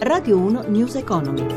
Radio 1 News Economy.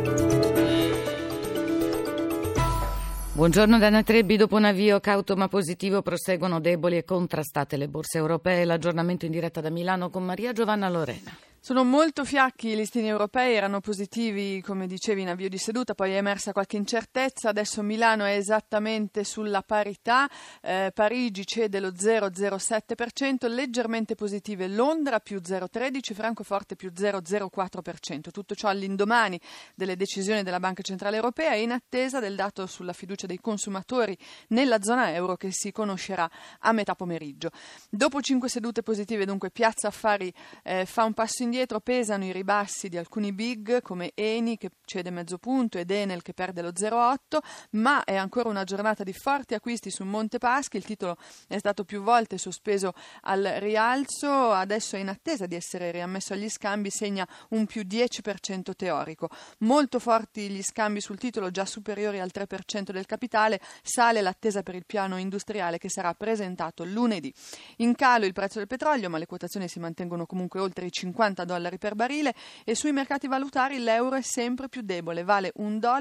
Buongiorno da Anna Trebbi. Dopo un avvio cauto ma positivo proseguono deboli e contrastate le borse europee. L'aggiornamento in diretta da Milano con Maria Giovanna Lorena. Sono molto fiacchi i listini europei, erano positivi come dicevi in avvio di seduta, poi è emersa qualche incertezza, adesso Milano è esattamente sulla parità, Parigi cede lo 0,07%, leggermente positive Londra più 0,13%, Francoforte più 0,04%, tutto ciò all'indomani delle decisioni della Banca Centrale Europea e in attesa del dato sulla fiducia dei consumatori nella zona euro che si conoscerà a metà pomeriggio. Dopo 5 sedute positive dunque Piazza Affari fa un passo indietro, pesano i ribassi di alcuni big come Eni che cede mezzo punto ed Enel che perde lo 0,8, ma è ancora una giornata di forti acquisti su Monte Paschi, il titolo è stato più volte sospeso al rialzo, adesso è in attesa di essere riammesso agli scambi, segna un più 10% teorico. Molto forti gli scambi sul titolo, già superiori al 3% del capitale, sale l'attesa per il piano industriale che sarà presentato lunedì. In calo il prezzo del petrolio, ma le quotazioni si mantengono comunque oltre i $50 per barile e sui mercati valutari l'euro è sempre più debole, vale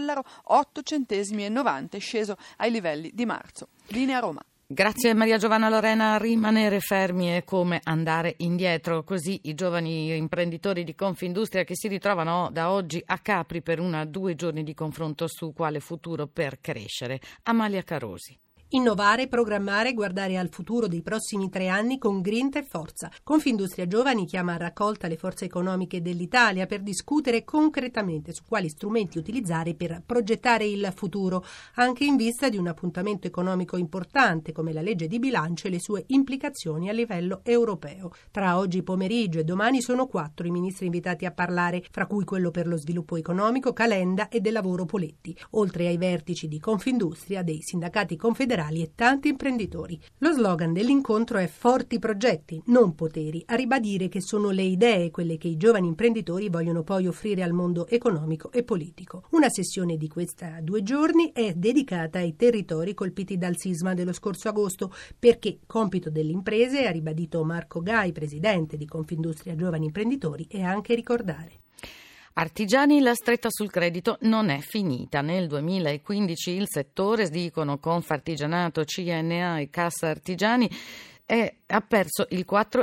$1,08,90, sceso ai livelli di marzo. Linea Roma. Grazie Maria Giovanna Lorena. Rimanere fermi è come andare indietro, così i giovani imprenditori di Confindustria che si ritrovano da oggi a Capri per 1 o 2 giorni di confronto su quale futuro per crescere. Amalia Carosi. Innovare, programmare, guardare al futuro dei prossimi 3 anni con grinta e forza. Confindustria Giovani chiama a raccolta le forze economiche dell'Italia per discutere concretamente su quali strumenti utilizzare per progettare il futuro, anche in vista di un appuntamento economico importante come la legge di bilancio e le sue implicazioni a livello europeo. Tra oggi pomeriggio e domani sono 4 i ministri invitati a parlare, fra cui quello per lo sviluppo economico Calenda e del lavoro Poletti, oltre ai vertici di Confindustria, dei sindacati confederali e tanti imprenditori. Lo slogan dell'incontro è Forti progetti, non poteri, a ribadire che sono le idee quelle che i giovani imprenditori vogliono poi offrire al mondo economico e politico. Una sessione di questa 2 giorni è dedicata ai territori colpiti dal sisma dello scorso agosto, perché compito delle imprese, ha ribadito Marco Gai, presidente di Confindustria Giovani Imprenditori, è anche ricordare. Artigiani, la stretta sul credito non è finita. Nel 2015 il settore, dicono Confartigianato, CNA e Cassa Artigiani, ha perso il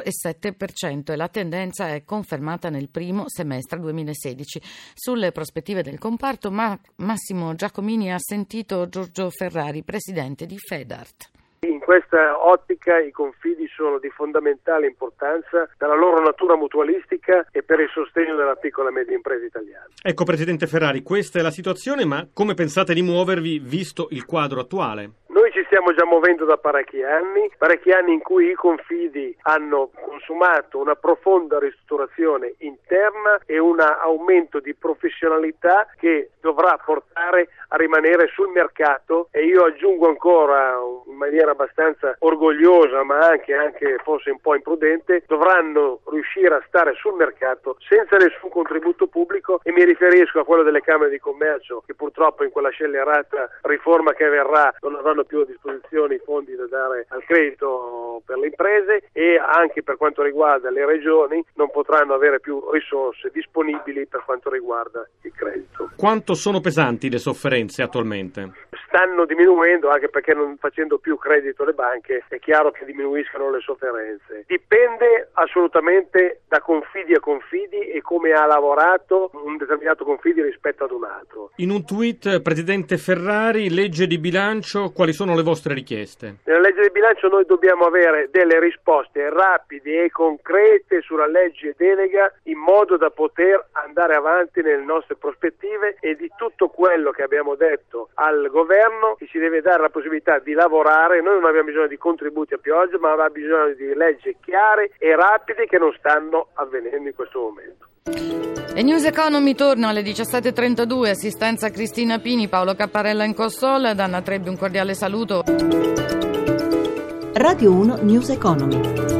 4,7% e la tendenza è confermata nel primo semestre 2016. Sulle prospettive del comparto, Massimo Giacomini ha sentito Giorgio Ferrari, presidente di Fedart. In questa ottica i confidi sono di fondamentale importanza per la loro natura mutualistica e per il sostegno della piccola e media impresa italiana. Ecco, Presidente Ferrari, questa è la situazione, ma come pensate di muovervi visto il quadro attuale? Noi ci stiamo già muovendo da parecchi anni in cui i confidi hanno consumato una profonda ristrutturazione interna e un aumento di professionalità che dovrà portare a rimanere sul mercato, e io aggiungo ancora in maniera abbastanza orgogliosa ma anche forse un po' imprudente, dovranno riuscire a stare sul mercato senza nessun contributo pubblico, e mi riferisco a quello delle Camere di Commercio che purtroppo in quella scellerata riforma che verrà non avranno più a disposizione i fondi da dare al credito per le imprese, e anche per quanto riguarda le regioni non potranno avere più risorse disponibili per quanto riguarda il credito. Quanto sono pesanti le sofferenze attualmente? Stanno diminuendo, anche perché non facendo più credito le banche è chiaro che diminuiscono le sofferenze. Dipende assolutamente da confidi a confidi e come ha lavorato un determinato confidi rispetto ad un altro. In un tweet, Presidente Ferrari, legge di bilancio, quali sono le vostre richieste? Nella legge di bilancio noi dobbiamo avere delle risposte rapide e concrete sulla legge delega, in modo da poter andare avanti nelle nostre prospettive, e di tutto quello che abbiamo detto al governo che ci deve dare la possibilità di lavorare. Noi non abbiamo bisogno di contributi a pioggia, ma abbiamo bisogno di leggi chiare e rapide che non stanno avvenendo in questo momento. E News Economy torna alle 17.32, assistenza Cristina Pini, Paolo Capparella in console, da Anna Trebbi un cordiale saluto. Radio 1 News Economy.